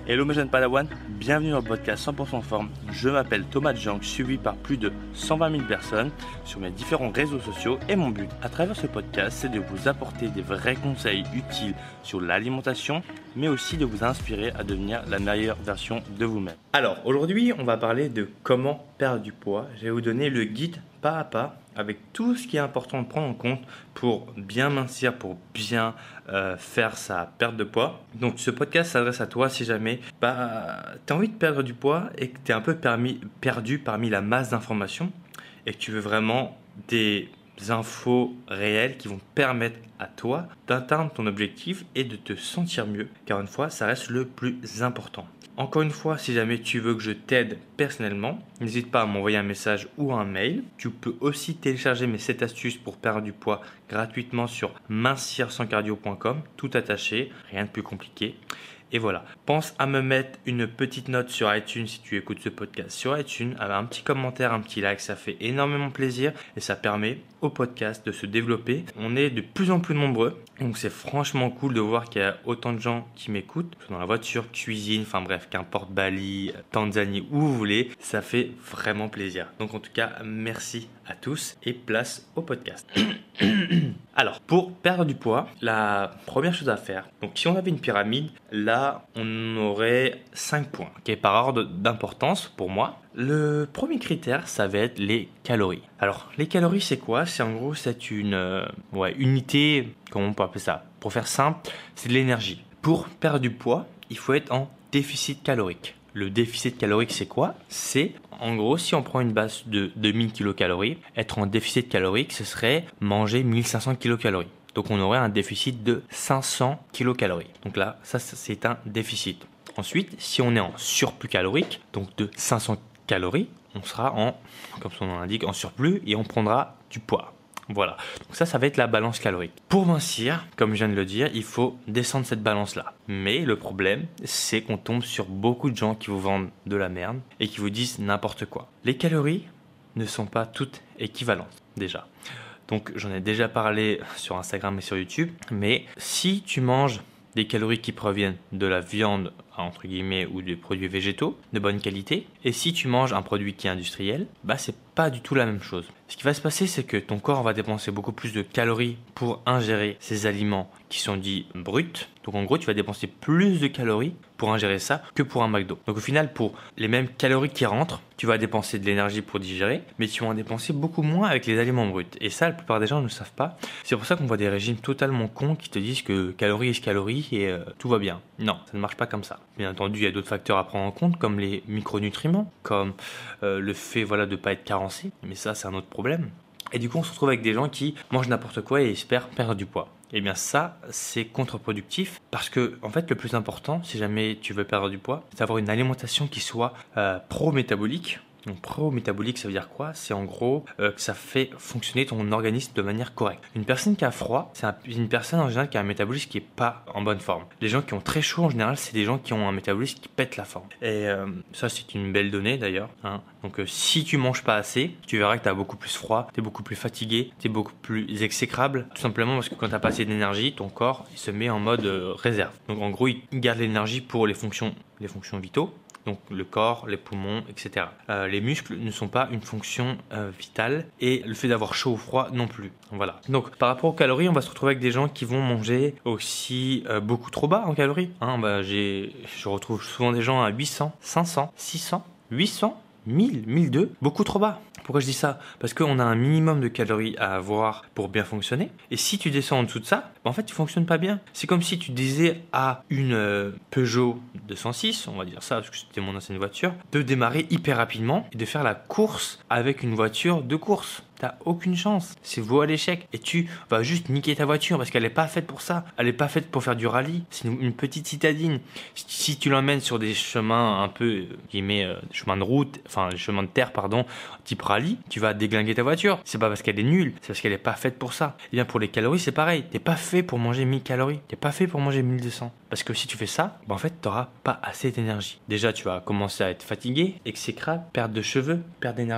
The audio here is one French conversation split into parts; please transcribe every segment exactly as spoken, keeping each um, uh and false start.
Hello mes jeunes Padawan, bienvenue dans le podcast cent pour cent forme. Je m'appelle Thomas Jank, suivi par plus de cent vingt mille personnes sur mes différents réseaux sociaux et mon but à travers ce podcast c'est de vous apporter des vrais conseils utiles sur l'alimentation mais aussi de vous inspirer à devenir la meilleure version de vous-même. Alors aujourd'hui on va parler de comment perdre du poids. Je vais vous donner le guide pas à pas avec tout ce qui est important de prendre en compte pour bien mincir, pour bien euh, faire sa perte de poids. Donc ce podcast s'adresse à toi si jamais bah, tu as envie de perdre du poids et que tu es un peu permis, perdu parmi la masse d'informations et que tu veux vraiment des infos réelles qui vont te permettre à toi d'atteindre ton objectif et de te sentir mieux. Car une fois, ça reste le plus important. Encore une fois, si jamais tu veux que je t'aide personnellement, n'hésite pas à m'envoyer un message ou un mail. Tu peux aussi télécharger mes sept astuces pour perdre du poids gratuitement sur mincir sans cardio point com, tout attaché, rien de plus compliqué. Et voilà, pense à me mettre une petite note sur iTunes si tu écoutes ce podcast sur iTunes, avec un petit commentaire, un petit like, ça fait énormément plaisir et ça permet au podcast de se développer. On est de plus en plus nombreux, donc c'est franchement cool de voir qu'il y a autant de gens qui m'écoutent, dans la voiture, cuisine, enfin bref, qu'importe Bali, Tanzanie, où vous voulez, ça fait vraiment plaisir. Donc en tout cas, merci à tous et place au podcast. Alors, pour perdre du poids, la première chose à faire, donc si on avait une pyramide, là, on aurait cinq points, okay, par ordre d'importance pour moi. Le premier critère, ça va être les calories. Alors, les calories, c'est quoi? C'est en gros, c'est une euh, ouais, unité, comment on peut appeler ça? Pour faire simple, c'est de l'énergie. Pour perdre du poids, il faut être en déficit calorique. Le déficit calorique, c'est quoi? C'est, en gros, si on prend une base de deux mille kilocalories, être en déficit calorique, ce serait manger mille cinq cents kilocalories. Donc, on aurait un déficit de cinq cents kilocalories. Donc là, ça, c'est un déficit. Ensuite, si on est en surplus calorique, donc de cinq cents calories, on sera en, comme son nom l'indique, en surplus et on prendra du poids. Voilà, donc ça, ça va être la balance calorique. Pour mincir, comme je viens de le dire, il faut descendre cette balance-là. Mais le problème, c'est qu'on tombe sur beaucoup de gens qui vous vendent de la merde et qui vous disent n'importe quoi. Les calories ne sont pas toutes équivalentes, déjà. Donc, j'en ai déjà parlé sur Instagram et sur YouTube. Mais si tu manges des calories qui proviennent de la viande, entre guillemets, ou des produits végétaux de bonne qualité, et si tu manges un produit qui est industriel, bah c'est pas du tout la même chose. Ce qui va se passer, c'est que ton corps va dépenser beaucoup plus de calories pour ingérer ces aliments qui sont dits bruts. Donc en gros, tu vas dépenser plus de calories pour ingérer ça que pour un McDo. Donc au final, pour les mêmes calories qui rentrent, tu vas dépenser de l'énergie pour digérer, mais tu vas en dépenser beaucoup moins avec les aliments bruts. Et ça, la plupart des gens ne le savent pas. C'est pour ça qu'on voit des régimes totalement cons qui te disent que calories est calories et euh, tout va bien. Non, ça ne marche pas comme ça. Bien entendu, il y a d'autres facteurs à prendre en compte, comme les micronutriments, comme euh, le fait voilà, de ne pas être carencé. Mais ça, c'est un autre problème. Et du coup, on se retrouve avec des gens qui mangent n'importe quoi et espèrent perdre du poids. Eh bien ça, c'est contre-productif parce que en fait, le plus important, si jamais tu veux perdre du poids, c'est d'avoir une alimentation qui soit euh, pro-métabolique. Donc pro-métabolique, ça veut dire quoi? C'est en gros euh, que ça fait fonctionner ton organisme de manière correcte. Une personne qui a froid, c'est un, une personne en général qui a un métabolisme qui n'est pas en bonne forme. Les gens qui ont très chaud, en général, c'est des gens qui ont un métabolisme qui pète la forme. Et euh, ça, c'est une belle donnée d'ailleurs. Hein. Donc euh, si tu manges pas assez, tu verras que tu as beaucoup plus froid, tu es beaucoup plus fatigué, tu es beaucoup plus exécrable. Tout simplement parce que quand tu n'as pas assez d'énergie, ton corps il se met en mode euh, réserve. Donc en gros, il garde l'énergie pour les fonctions, les fonctions vitaux. Donc le corps, les poumons, et cetera. Euh, les muscles ne sont pas une fonction euh, vitale et le fait d'avoir chaud ou froid non plus. Voilà. Donc par rapport aux calories, on va se retrouver avec des gens qui vont manger aussi euh, beaucoup trop bas en calories. Hein, bah, j'ai, je retrouve souvent des gens à huit cents, cinq cents, six cents, huit cents, mille, mille deux, beaucoup trop bas. Pourquoi je dis ça? Parce qu'on a un minimum de calories à avoir pour bien fonctionner. Et si tu descends en dessous de ça, bah en fait, tu ne fonctionnes pas bien. C'est comme si tu disais à une euh, Peugeot deux cent six, on va dire ça parce que c'était mon ancienne voiture, de démarrer hyper rapidement et de faire la course avec une voiture de course. T'as aucune chance, c'est voué à l'échec et tu vas juste niquer ta voiture parce qu'elle n'est pas faite pour ça, elle n'est pas faite pour faire du rallye, c'est une, une petite citadine. Si, si tu l'emmènes sur des chemins un peu, guillemets, euh, des chemins de route, enfin des chemins de terre, pardon, type rallye, tu vas déglinguer ta voiture. C'est pas parce qu'elle est nulle, c'est parce qu'elle n'est pas faite pour ça. Et bien pour les calories, c'est pareil, t'es pas fait pour manger mille calories, t'es pas fait pour manger mille deux cents. Parce que si tu fais ça, bah en fait, t'auras pas assez d'énergie. Déjà, tu vas commencer à être fatigué, exécrable, perte de cheveux, perte d'énergie.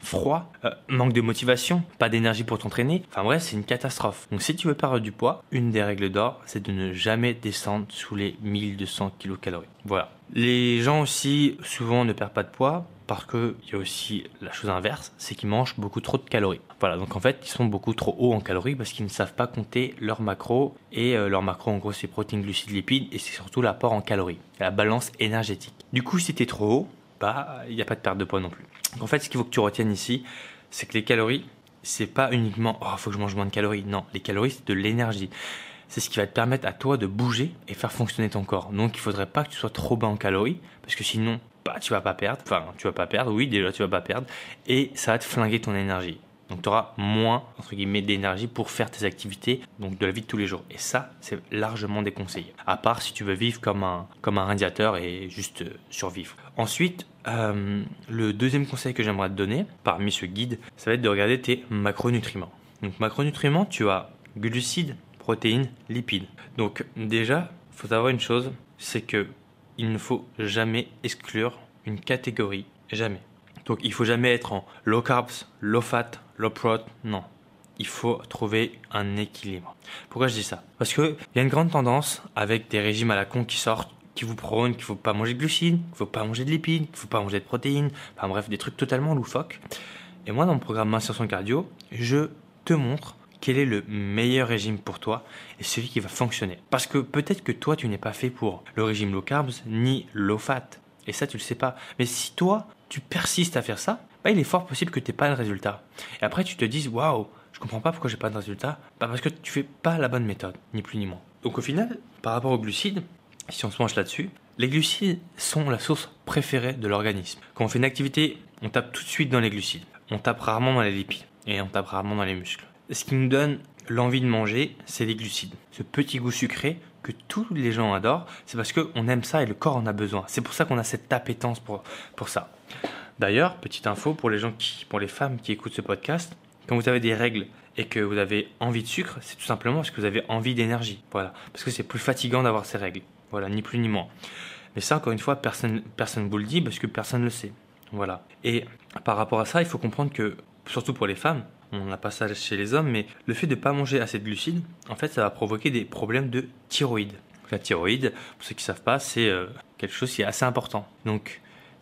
froid, euh, manque de motivation, pas d'énergie pour t'entraîner. Enfin bref, c'est une catastrophe. Donc si tu veux perdre du poids, une des règles d'or, c'est de ne jamais descendre sous les mille deux cents kilocalories. Voilà. Les gens aussi, souvent, ne perdent pas de poids parce qu'il y a aussi la chose inverse, c'est qu'ils mangent beaucoup trop de calories. Voilà, donc en fait, ils sont beaucoup trop hauts en calories parce qu'ils ne savent pas compter leurs macros. Et euh, leurs macros, en gros, c'est protéines, glucides, lipides et c'est surtout l'apport en calories, la balance énergétique. Du coup, si tu es trop haut, bah, il n'y a pas de perte de poids non plus. Donc en fait, ce qu'il faut que tu retiennes ici, c'est que les calories, c'est pas uniquement « oh, faut que je mange moins de calories ». Non, les calories, c'est de l'énergie. C'est ce qui va te permettre à toi de bouger et faire fonctionner ton corps. Donc, il faudrait pas que tu sois trop bas en calories parce que sinon, bah, tu vas pas perdre. Enfin, tu vas pas perdre. Oui, déjà, tu vas pas perdre. Et ça va te flinguer ton énergie. Donc, tu auras moins, entre guillemets, d'énergie pour faire tes activités, donc de la vie de tous les jours. Et ça, c'est largement déconseillé. À part si tu veux vivre comme un, comme un radiateur et juste euh, survivre. Ensuite, euh, le deuxième conseil que j'aimerais te donner, parmi ce guide, ça va être de regarder tes macronutriments. Donc, macronutriments, tu as glucides, protéines, lipides. Donc déjà, il faut savoir une chose, c'est que il ne faut jamais exclure une catégorie, jamais. Donc il faut jamais être en low carbs, low fat, low prot, non. Il faut trouver un équilibre. Pourquoi je dis ça? Parce qu'il y a une grande tendance avec des régimes à la con qui sortent, qui vous prônent qu'il ne faut pas manger de glucides, qu'il ne faut pas manger de lipides, qu'il ne faut pas manger de protéines, enfin bref, des trucs totalement loufoques. Et moi, dans mon programme Minceur Cardio, je te montre quel est le meilleur régime pour toi et celui qui va fonctionner. Parce que peut-être que toi, tu n'es pas fait pour le régime low carbs ni low fat. Et ça, tu le sais pas. Mais si toi, tu persistes à faire ça, bah, il est fort possible que tu n'aies pas de résultat. Et après, tu te dises, waouh, je comprends pas pourquoi j'ai pas de résultat. Bah, parce que tu fais pas la bonne méthode, ni plus ni moins. Donc au final, par rapport aux glucides, si on se penche là-dessus, les glucides sont la source préférée de l'organisme. Quand on fait une activité, on tape tout de suite dans les glucides. On tape rarement dans les lipides et on tape rarement dans les muscles. Ce qui nous donne l'envie de manger, c'est les glucides. Ce petit goût sucré que tous les gens adorent, c'est parce qu'on aime ça et le corps en a besoin. C'est pour ça qu'on a cette appétence pour, pour ça. D'ailleurs, petite info pour les gens qui, pour les femmes qui écoutent ce podcast, quand vous avez des règles et que vous avez envie de sucre, c'est tout simplement parce que vous avez envie d'énergie. Voilà. Parce que c'est plus fatigant d'avoir ces règles. Voilà, ni plus ni moins. Mais ça, encore une fois, personne personne vous le dit parce que personne ne le sait. Voilà. Et par rapport à ça, il faut comprendre que, surtout pour les femmes, on n'a pas ça chez les hommes, mais le fait de ne pas manger assez de glucides, en fait, ça va provoquer des problèmes de thyroïde. La thyroïde, pour ceux qui ne savent pas, c'est euh, quelque chose qui est assez important. Donc,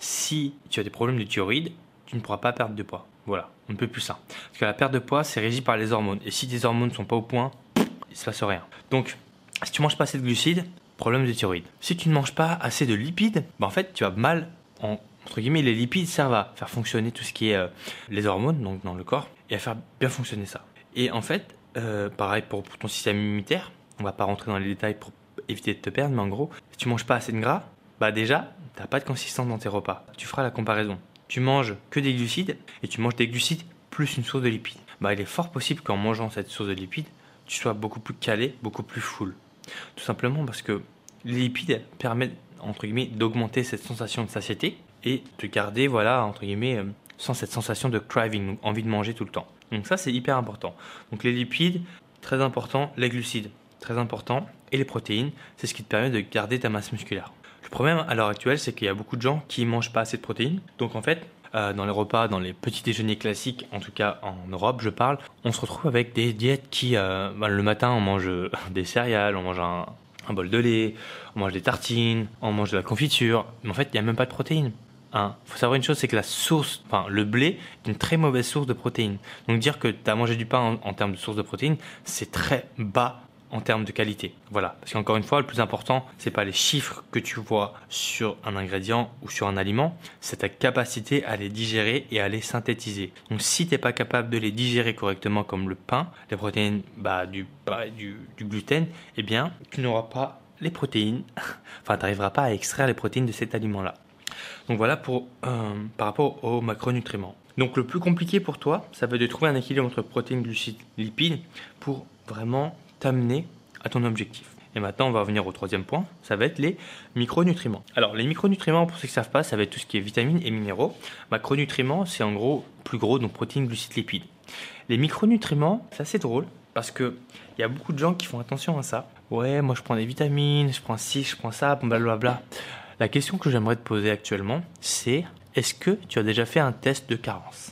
si tu as des problèmes de thyroïde, tu ne pourras pas perdre de poids. Voilà, on ne peut plus ça. Parce que la perte de poids, c'est régi par les hormones. Et si tes hormones ne sont pas au point, il ne se passe rien. Donc, si tu ne manges pas assez de glucides, problème de thyroïde. Si tu ne manges pas assez de lipides, bah en fait, tu as mal en... Entre guillemets, les lipides servent à faire fonctionner tout ce qui est euh, les hormones, donc dans le corps, et à faire bien fonctionner ça. Et en fait, euh, pareil pour, pour ton système immunitaire, on va pas rentrer dans les détails pour éviter de te perdre, mais en gros, si tu manges pas assez de gras, bah déjà, t'as pas de consistance dans tes repas. Tu feras la comparaison. Tu manges que des glucides, et tu manges des glucides plus une source de lipides. Bah il est fort possible qu'en mangeant cette source de lipides, tu sois beaucoup plus calé, beaucoup plus full. Tout simplement parce que les lipides permettent, entre guillemets, d'augmenter cette sensation de satiété, et de garder, voilà, entre guillemets, euh, sans cette sensation de craving, donc envie de manger tout le temps. Donc ça, c'est hyper important. Donc les lipides, très important, les glucides, très important, et les protéines, c'est ce qui te permet de garder ta masse musculaire. Le problème à l'heure actuelle, c'est qu'il y a beaucoup de gens qui ne mangent pas assez de protéines. Donc en fait, euh, dans les repas, dans les petits déjeuners classiques, en tout cas en Europe, je parle, on se retrouve avec des diètes qui, euh, bah, le matin, on mange des céréales, on mange un, un bol de lait, on mange des tartines, on mange de la confiture, mais en fait, il n'y a même pas de protéines. Il hein. faut savoir une chose, c'est que la source, enfin le blé est une très mauvaise source de protéines. Donc dire que tu as mangé du pain en, en termes de source de protéines, c'est très bas en termes de qualité. Voilà, parce qu'encore une fois, le plus important, c'est pas les chiffres que tu vois sur un ingrédient ou sur un aliment, c'est ta capacité à les digérer et à les synthétiser. Donc si tu n'es pas capable de les digérer correctement comme le pain, les protéines, bah, du, bah, du, du gluten, eh bien tu n'auras pas les protéines, enfin tu n'arriveras pas à extraire les protéines de cet aliment-là. Donc voilà pour, euh, par rapport aux macronutriments. Donc le plus compliqué pour toi, ça va être de trouver un équilibre entre protéines, glucides, lipides pour vraiment t'amener à ton objectif. Et maintenant, on va revenir au troisième point, ça va être les micronutriments. Alors les micronutriments, pour ceux qui ne savent pas, ça va être tout ce qui est vitamines et minéraux. Macronutriments, c'est en gros plus gros, donc protéines, glucides, lipides. Les micronutriments, c'est assez drôle parce qu'il y a beaucoup de gens qui font attention à ça. Ouais, moi je prends des vitamines, je prends ci, je prends ça, blablabla. La question que j'aimerais te poser actuellement, c'est est-ce que tu as déjà fait un test de carence?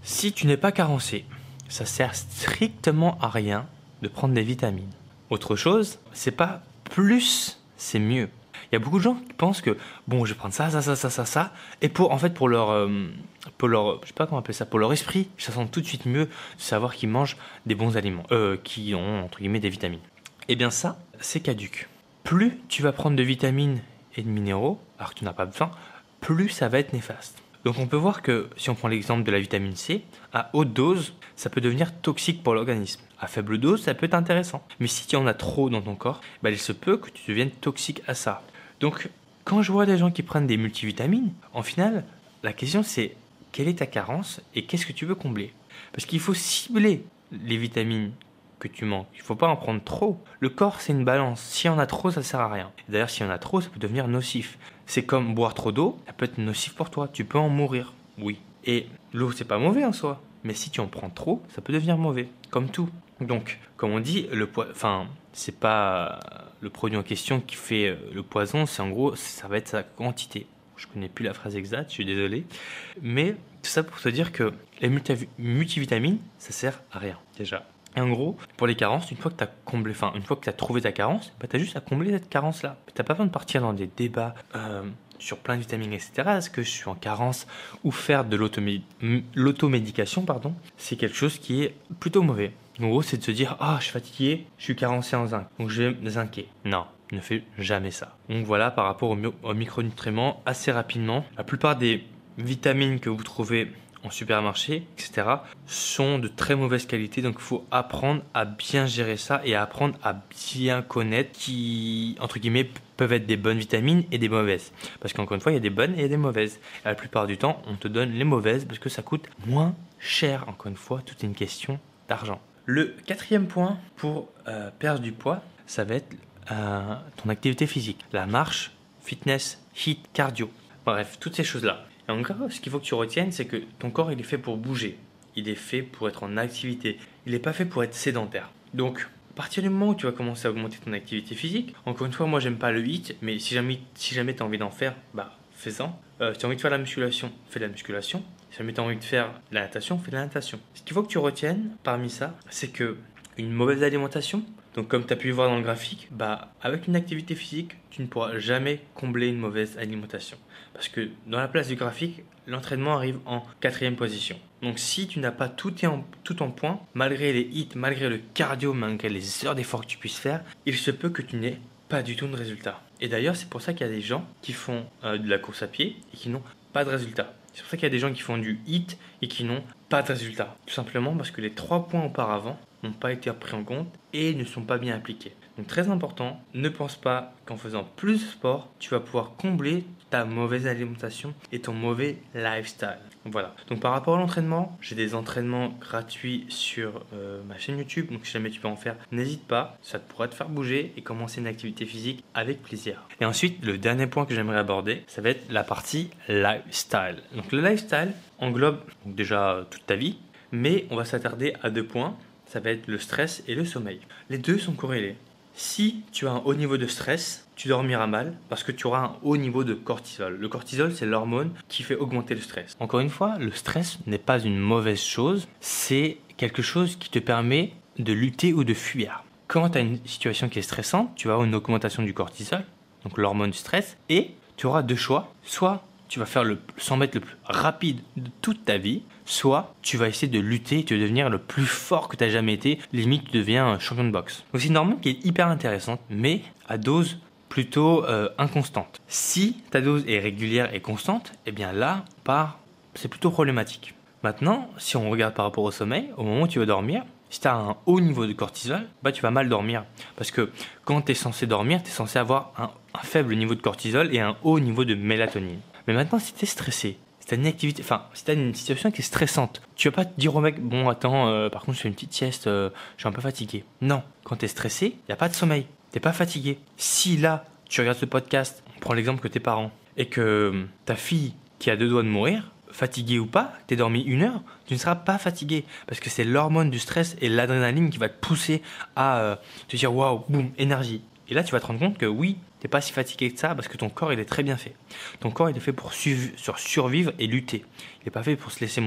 Si tu n'es pas carencé, ça sert strictement à rien de prendre des vitamines. Autre chose, c'est pas plus, c'est mieux. Il y a beaucoup de gens qui pensent que bon, je vais prendre ça, ça, ça, ça, ça, ça, et pour en fait pour leur, euh, pour leur, je sais pas comment appeler ça, pour leur esprit, ça sent tout de suite mieux de savoir qu'ils mangent des bons aliments, euh, qui ont entre guillemets des vitamines. Eh bien ça, c'est caduque. Plus tu vas prendre de vitamines et de minéraux, alors que tu n'as pas besoin, plus ça va être néfaste. Donc on peut voir que si on prend l'exemple de la vitamine C, à haute dose, ça peut devenir toxique pour l'organisme. À faible dose, ça peut être intéressant. Mais si tu en as trop dans ton corps, bah, il se peut que tu deviennes toxique à ça. Donc quand je vois des gens qui prennent des multivitamines, en final, la question c'est quelle est ta carence et qu'est-ce que tu veux combler? Parce qu'il faut cibler les vitamines que tu manques. Il ne faut pas en prendre trop. Le corps, c'est une balance. Si on a trop, ça ne sert à rien. D'ailleurs, si on a trop, ça peut devenir nocif. C'est comme boire trop d'eau, ça peut être nocif pour toi. Tu peux en mourir. Oui. Et l'eau, c'est pas mauvais en soi. Mais si tu en prends trop, ça peut devenir mauvais. Comme tout. Donc, comme on dit, le po- enfin, c'est pas le produit en question qui fait le poison. C'est en gros, ça va être sa quantité. Je connais plus la phrase exacte, je suis désolé. Mais tout ça pour te dire que les multi- multivitamines, ça sert à rien déjà. Et en gros, pour les carences, une fois que tu as comblé, enfin, une fois que tu as trouvé ta carence, bah, tu as juste à combler cette carence-là. Tu n'as pas besoin de partir dans des débats euh, sur plein de vitamines, et cetera. Est-ce que je suis en carence ou faire de l'automé- l'automédication, pardon, c'est quelque chose qui est plutôt mauvais. En gros, c'est de se dire « Ah, oh, je suis fatigué, je suis carencé en zinc, donc je vais me zinquer. » Non, ne fais jamais ça. Donc voilà, par rapport aux, mi- aux micronutriments, assez rapidement, la plupart des vitamines que vous trouvez en supermarché, et cetera, sont de très mauvaise qualité. Donc, il faut apprendre à bien gérer ça et à apprendre à bien connaître qui, entre guillemets, peuvent être des bonnes vitamines et des mauvaises. Parce qu'encore une fois, il y a des bonnes et il y a des mauvaises. Et la plupart du temps, on te donne les mauvaises parce que ça coûte moins cher. Encore une fois, tout est une question d'argent. Le quatrième point pour euh, perdre du poids, ça va être euh, ton activité physique. La marche, fitness, hit, cardio. Bref, toutes ces choses-là. Et en gros, ce qu'il faut que tu retiennes, c'est que ton corps, il est fait pour bouger. Il est fait pour être en activité. Il n'est pas fait pour être sédentaire. Donc, à partir du moment où tu vas commencer à augmenter ton activité physique, encore une fois, moi, j'aime pas le hit, mais si jamais, si jamais tu as envie d'en faire, bah, fais-en. Euh, si tu as envie de faire la musculation, fais de la musculation. Si jamais tu as envie de faire la natation, fais de la natation. Ce qu'il faut que tu retiennes parmi ça, c'est que une mauvaise alimentation, donc comme tu as pu le voir dans le graphique, bah, avec une activité physique, tu ne pourras jamais combler une mauvaise alimentation. Parce que dans la place du graphique, l'entraînement arrive en quatrième position. Donc si tu n'as pas tout en, tout en point, malgré les hits, malgré le cardio, malgré les heures d'effort que tu puisses faire, il se peut que tu n'aies pas du tout de résultat. Et d'ailleurs, c'est pour ça qu'il y a des gens qui font euh, de la course à pied et qui n'ont pas de résultat. C'est pour ça qu'il y a des gens qui font du hit et qui n'ont pas de résultat. Tout simplement parce que les trois points auparavant n'ont pas été pris en compte et ne sont pas bien appliqués. Donc très important, ne pense pas qu'en faisant plus de sport, tu vas pouvoir combler ta mauvaise alimentation et ton mauvais lifestyle. Voilà. Donc par rapport à l'entraînement, j'ai des entraînements gratuits sur euh, ma chaîne YouTube. Donc si jamais tu peux en faire, n'hésite pas. Ça te pourra te faire bouger et commencer une activité physique avec plaisir. Et ensuite, le dernier point que j'aimerais aborder, ça va être la partie lifestyle. Donc le lifestyle englobe donc, déjà toute ta vie, mais on va s'attarder à deux points. Ça va être le stress et le sommeil. Les deux sont corrélés. Si tu as un haut niveau de stress, tu dormiras mal parce que tu auras un haut niveau de cortisol. Le cortisol, c'est l'hormone qui fait augmenter le stress. Encore une fois, le stress n'est pas une mauvaise chose, c'est quelque chose qui te permet de lutter ou de fuir. Quand tu as une situation qui est stressante, tu vas avoir une augmentation du cortisol, donc l'hormone du stress, et tu auras deux choix. Soit tu vas faire le cent mètres le plus rapide de toute ta vie, soit tu vas essayer de lutter, tu vas devenir le plus fort que tu as jamais été, limite tu deviens un champion de boxe. Donc c'est une hormone qui est hyper intéressante, mais à dose plutôt euh, inconstante. Si ta dose est régulière et constante, eh bien là, par, c'est plutôt problématique. Maintenant, si on regarde par rapport au sommeil, au moment où tu vas dormir, si tu as un haut niveau de cortisol, bah tu vas mal dormir. Parce que quand tu es censé dormir, tu es censé avoir un, un faible niveau de cortisol et un haut niveau de mélatonine. Mais maintenant, si tu es stressé, si tu as une activité, enfin, si tu as une situation qui est stressante, tu vas pas te dire au mec, bon, attends, euh, par contre, je fais une petite sieste, euh, je suis un peu fatigué. Non, quand tu es stressé, il n'y a pas de sommeil, tu n'es pas fatigué. Si là, tu regardes ce podcast, on prend l'exemple que tes parents, et que euh, ta fille qui a deux doigts de mourir, fatiguée ou pas, tu as dormi une heure, tu ne seras pas fatigué. Parce que c'est l'hormone du stress et l'adrénaline qui va te pousser à euh, te dire, waouh, boum, énergie. Et là, tu vas te rendre compte que oui, tu n'es pas si fatigué que ça parce que ton corps, il est très bien fait. Ton corps, il est fait pour survivre et lutter. Il n'est pas fait pour se laisser mourir.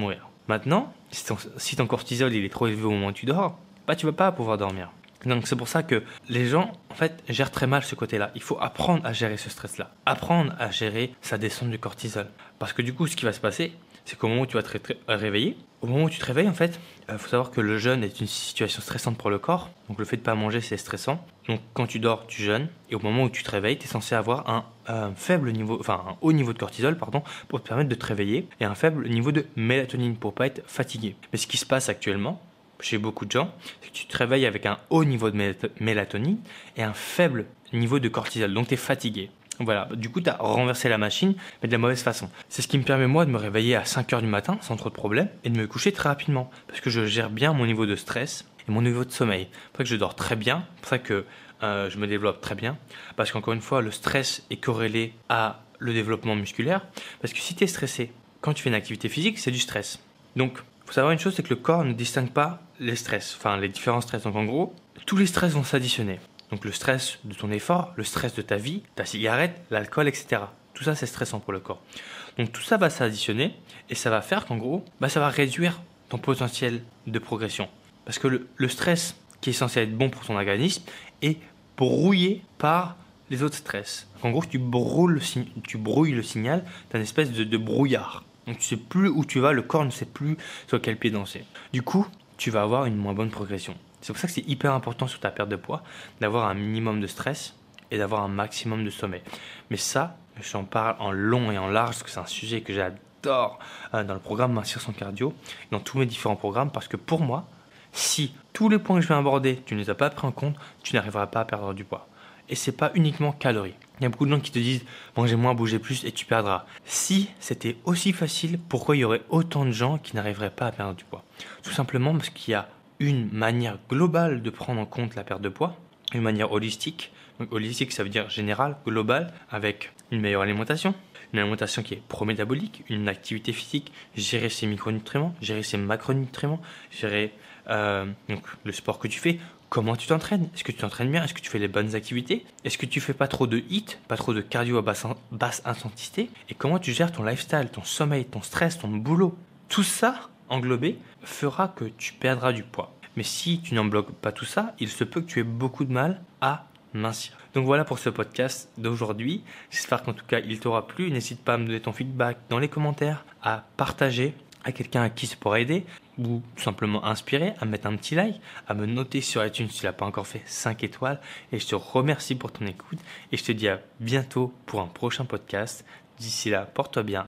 Maintenant, si ton, si ton cortisol il est trop élevé au moment où tu dors, bah tu vas pas pouvoir dormir. Donc c'est pour ça que les gens en fait gèrent très mal ce côté-là. Il faut apprendre à gérer ce stress-là, apprendre à gérer sa descente du cortisol. Parce que du coup, ce qui va se passer, c'est qu'au moment où tu vas te ré- réveiller, au moment où tu te réveilles en fait, il euh, faut savoir que le jeûne est une situation stressante pour le corps. Donc le fait de pas manger, c'est stressant. Donc quand tu dors, tu jeûnes, et au moment où tu te réveilles, tu es censé avoir un, un faible niveau, enfin un haut niveau de cortisol, pardon, pour te permettre de te réveiller, et un faible niveau de mélatonine pour pas être fatigué. Mais ce qui se passe actuellement chez beaucoup de gens, c'est que tu te réveilles avec un haut niveau de mélatonine et un faible niveau de cortisol. Donc tu es fatigué. Voilà, du coup tu as renversé la machine, mais de la mauvaise façon. C'est ce qui me permet moi de me réveiller à cinq heures du matin sans trop de problème et de me coucher très rapidement. Parce que je gère bien mon niveau de stress et mon niveau de sommeil. C'est pour ça que je dors très bien, c'est pour ça que euh, je me développe très bien. Parce qu'encore une fois, le stress est corrélé à le développement musculaire. Parce que si tu es stressé, quand tu fais une activité physique, c'est du stress. Donc, il faut savoir une chose, c'est que le corps ne distingue pas les stress, enfin les différents stress. Donc en gros, tous les stress vont s'additionner. Donc le stress de ton effort, le stress de ta vie, ta cigarette, l'alcool, et cetera. Tout ça, c'est stressant pour le corps. Donc tout ça va s'additionner et ça va faire qu'en gros, bah, ça va réduire ton potentiel de progression. Parce que le, le stress qui est censé être bon pour ton organisme est brouillé par les autres stress. Donc, en gros, tu brouilles le, tu brouilles le signal d'un espèce de, de brouillard. Donc tu sais plus où tu vas, le corps ne sait plus sur quel pied danser. Du coup, tu vas avoir une moins bonne progression. C'est pour ça que c'est hyper important sur ta perte de poids d'avoir un minimum de stress et d'avoir un maximum de sommeil. Mais ça, j'en parle en long et en large parce que c'est un sujet que j'adore euh, dans le programme Mincir sans cardio, dans tous mes différents programmes, parce que pour moi, si tous les points que je vais aborder, tu ne les as pas pris en compte, tu n'arriveras pas à perdre du poids. Et c'est pas uniquement calories. Il y a beaucoup de gens qui te disent manger moins, bouger plus et tu perdras. Si c'était aussi facile, pourquoi il y aurait autant de gens qui n'arriveraient pas à perdre du poids? Tout simplement parce qu'il y a une manière globale de prendre en compte la perte de poids, une manière holistique. Donc holistique, ça veut dire général, global, avec une meilleure alimentation, une alimentation qui est pro-métabolique, une activité physique, gérer ses micronutriments, gérer ses macronutriments, gérer euh, donc le sport que tu fais. Comment tu t'entraînes? Est-ce que tu t'entraînes bien? Est-ce que tu fais les bonnes activités? Est-ce que tu fais pas trop de hit, pas trop de cardio à basse, basse intensité? Et comment tu gères ton lifestyle, ton sommeil, ton stress, ton boulot? Tout ça englobé fera que tu perdras du poids. Mais si tu n'embloques pas tout ça, il se peut que tu aies beaucoup de mal à mincir. Donc voilà pour ce podcast d'aujourd'hui. J'espère qu'en tout cas il t'aura plu. N'hésite pas à me donner ton feedback dans les commentaires, à partager à quelqu'un à qui ça pourrait aider, ou tout simplement inspirer, à mettre un petit like, à me noter sur iTunes si tu ne l'as pas encore fait, cinq étoiles. Et je te remercie pour ton écoute et je te dis à bientôt pour un prochain podcast. D'ici là, porte-toi bien.